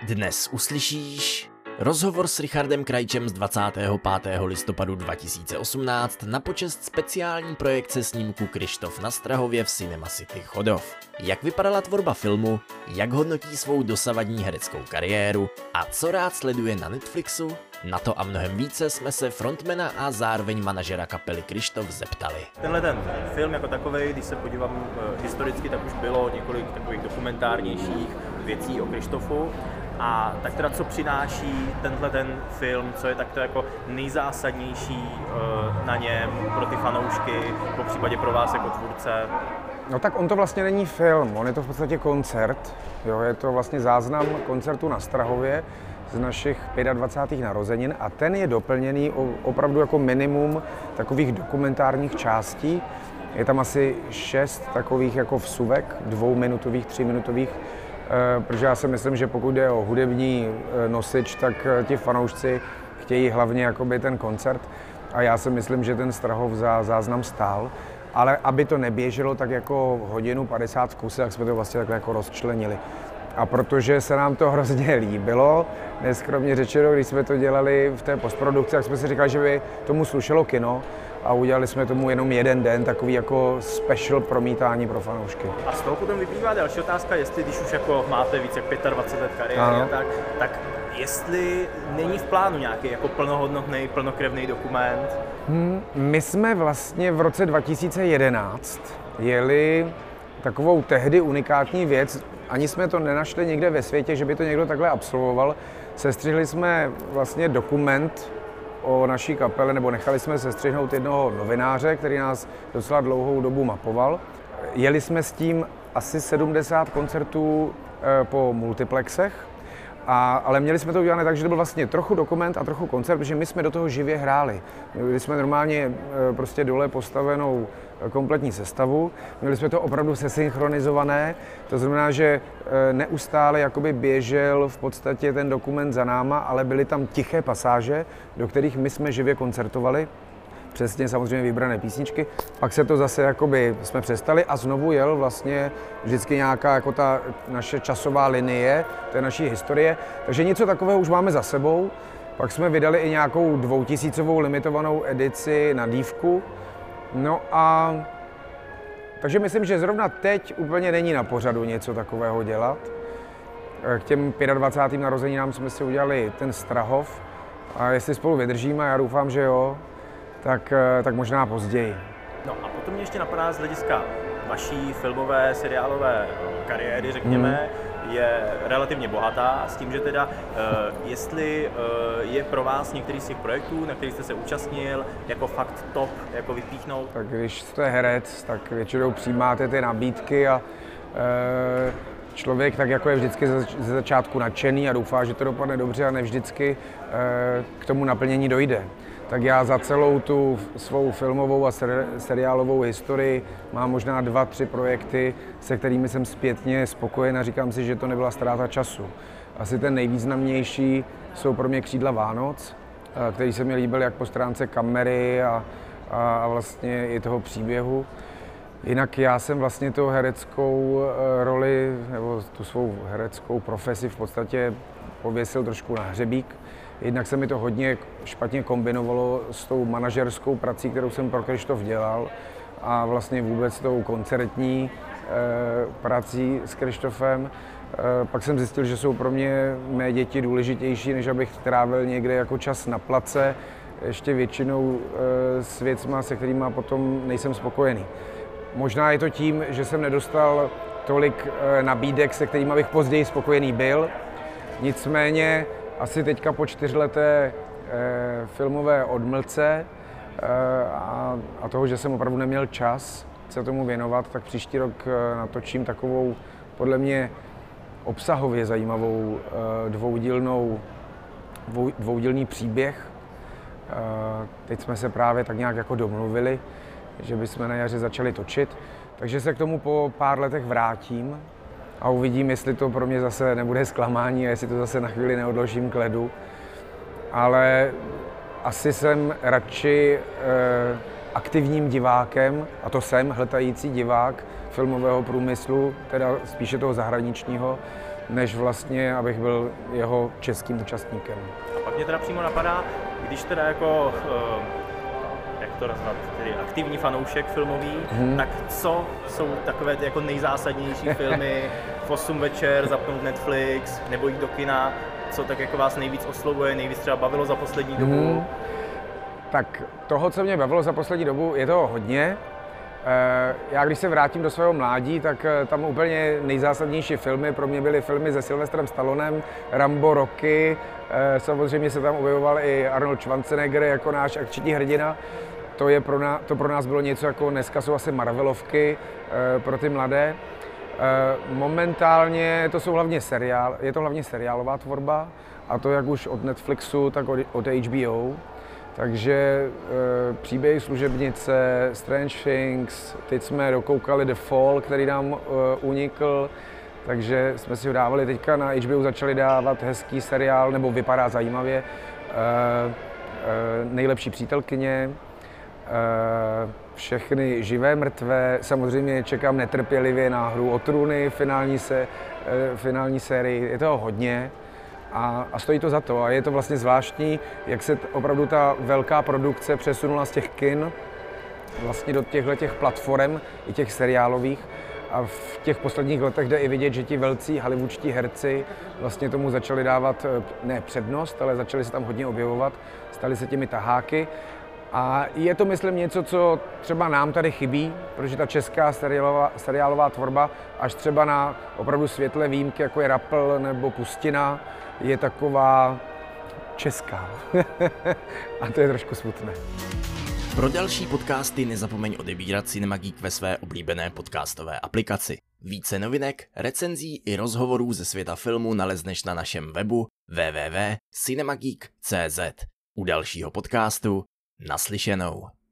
Dnes uslyšíš rozhovor s Richardem Krajčem z 25. listopadu 2018 na počest speciální projekce snímku Kryštof na Strahově v Cinema City Chodov. Jak vypadala tvorba filmu, jak hodnotí svou dosavadní hereckou kariéru a co rád sleduje na Netflixu? Na to a mnohem více jsme se frontmana a zároveň manažera kapely Kryštof zeptali. Tenhle ten film jako takovej, když se podívám historicky, tak už bylo několik takových dokumentárnějších věcí o Kryštofu. A tak teda co přináší tenhle ten film, co je takto jako nejzásadnější na něm pro ty fanoušky, po případě pro vás jako tvůrce? No tak on to vlastně není film, on je to v podstatě koncert. Jo, je to vlastně záznam koncertu na Strahově z našich 25. narozenin a ten je doplněný opravdu jako minimum takových dokumentárních částí. Je tam asi 6 takových jako vsuvek, 2minutových, 3minutových, protože já si myslím, že pokud jde o hudební nosič, tak ti fanoušci chtějí hlavně jakoby ten koncert a já si myslím, že ten Strahov za záznam stál. Ale aby to neběželo tak jako hodinu 50 v kuse, tak jsme to vlastně takhle jako rozčlenili. A protože se nám to hrozně líbilo, neskromně řečeno, když jsme to dělali v té postprodukci, tak jsme si říkali, že by tomu slušelo kino a udělali jsme tomu jenom jeden den, takový jako special promítání pro fanoušky. A z toho potom vyplývá další otázka, jestli když už jako máte víc jak 25 let kariéry, tak jestli není v plánu nějaký jako plnohodnotný, plnokrevný dokument? My jsme vlastně v roce 2011 jeli takovou tehdy unikátní věc, ani jsme to nenašli někde ve světě, že by to někdo takhle absolvoval. Sestřihli jsme vlastně dokument o naší kapele, nebo nechali jsme sestřihnout jednoho novináře, který nás docela dlouhou dobu mapoval. Jeli jsme s tím asi 70 koncertů po multiplexech, ale měli jsme to udělané tak, že to byl vlastně trochu dokument a trochu koncert, protože my jsme do toho živě hráli. Měli jsme normálně prostě dole postavenou kompletní sestavu, měli jsme to opravdu sesynchronizované, to znamená, že neustále jakoby běžel v podstatě ten dokument za náma, ale byly tam tiché pasáže, do kterých my jsme živě koncertovali. Přesně samozřejmě vybrané písničky, pak se to zase jakoby jsme přestali a znovu jel vlastně vždycky nějaká jako ta naše časová linie, to je naší historie, takže něco takového už máme za sebou. Pak jsme vydali i nějakou 2000 limitovanou edici na dívku, no a takže myslím, že zrovna teď úplně není na pořadu něco takového dělat. K těm 25. narozeninám jsme si udělali ten Strahov a jestli spolu vydržíme, já doufám, že jo, tak možná později. No a potom mě ještě napadá z hlediska vaší filmové, seriálové kariéry, řekněme, je relativně bohatá, s tím, že teda jestli je pro vás některý z těch projektů, na kterých jste se účastnil, jako fakt top, jako vypíchnout? Tak když jste herec, tak většinou přijímáte ty nabídky a člověk tak jako je vždycky ze začátku nadšený a doufá, že to dopadne dobře a ne vždycky k tomu naplnění dojde. Tak já za celou tu svou filmovou a seriálovou historii mám možná 2-3 projekty, se kterými jsem zpětně spokojen a říkám si, že to nebyla ztráta času. Asi ten nejvýznamnější jsou pro mě Křídla Vánoc, který se mi líbil jak po stránce kamery a vlastně i toho příběhu. Jinak já jsem vlastně tu hereckou roli, nebo tu svou hereckou profesi v podstatě pověsil trošku na hřebík. Jednak se mi to hodně špatně kombinovalo s tou manažerskou prací, kterou jsem pro Kryštof dělal a vlastně vůbec tou koncertní prací s Kryštofem. Pak jsem zjistil, že jsou pro mě mé děti důležitější, než abych trávil někde jako čas na place, ještě většinou s věcma, se kterými potom nejsem spokojený. Možná je to tím, že jsem nedostal tolik nabídek, se kterými bych později spokojený byl. Nicméně asi teďka po 4leté filmové odmlce a toho, že jsem opravdu neměl čas se tomu věnovat, tak příští rok natočím takovou podle mě obsahově zajímavou dvoudílný příběh. Teď jsme se právě tak nějak jako domluvili, že bychom na jaře začali točit, takže se k tomu po pár letech vrátím a uvidím, jestli to pro mě zase nebude zklamání a jestli to zase na chvíli neodložím k ledu. Ale asi jsem radši aktivním divákem, a to jsem hltající divák filmového průmyslu, teda spíše toho zahraničního, než vlastně, abych byl jeho českým účastníkem. A pak mě teda přímo napadá, když teda jako, jak to nazvat, tedy aktivní fanoušek filmový, tak co jsou takové ty jako nejzásadnější filmy v 8 večer, zapnout Netflix nebo jít do kina, co tak jako vás nejvíc oslovuje, nejvíc třeba bavilo za poslední dobu? Tak toho, co mě bavilo za poslední dobu, je toho hodně. Já když se vrátím do svého mládí, tak tam úplně nejzásadnější filmy pro mě byly filmy se Sylvestrem Stallonem, Rambo, Rocky, samozřejmě se tam objevoval i Arnold Schwarzenegger jako náš akční hrdina. To pro nás bylo něco jako dneska jsou asi Marvelovky pro ty mladé. Momentálně je to hlavně seriálová tvorba, a to jak už od Netflixu, tak od HBO. Takže Příběhy služebnice, Strange Things, teď jsme dokoukali The Fall, který nám unikl, takže jsme si ho dávali teďka na HBO, začali dávat hezký seriál, nebo vypadá zajímavě, Nejlepší přítelkyně, Všechny živé mrtvé, samozřejmě čekám netrpělivě na Hru o trůny, finální sérii, je toho hodně. A stojí to za to. A je to vlastně zvláštní, jak se opravdu ta velká produkce přesunula z těch kin vlastně do těch platform, i těch seriálových. A v těch posledních letech jde i vidět, že ti velcí hollywoodští herci vlastně tomu začali dávat ne přednost, ale začali se tam hodně objevovat, stali se těmi taháky. A je to, myslím, něco, co třeba nám tady chybí, protože ta česká seriálová tvorba, až třeba na opravdu světlé výjimky, jako je Rappel nebo Pustina, je taková česká. A to je trošku smutné. Pro další podcasty nezapomeň odebírat Cinema Geek ve své oblíbené podcastové aplikaci. Více novinek, recenzí i rozhovorů ze světa filmu nalezneš na našem webu www.cinemageek.cz. U dalšího podcastu naslyšenou.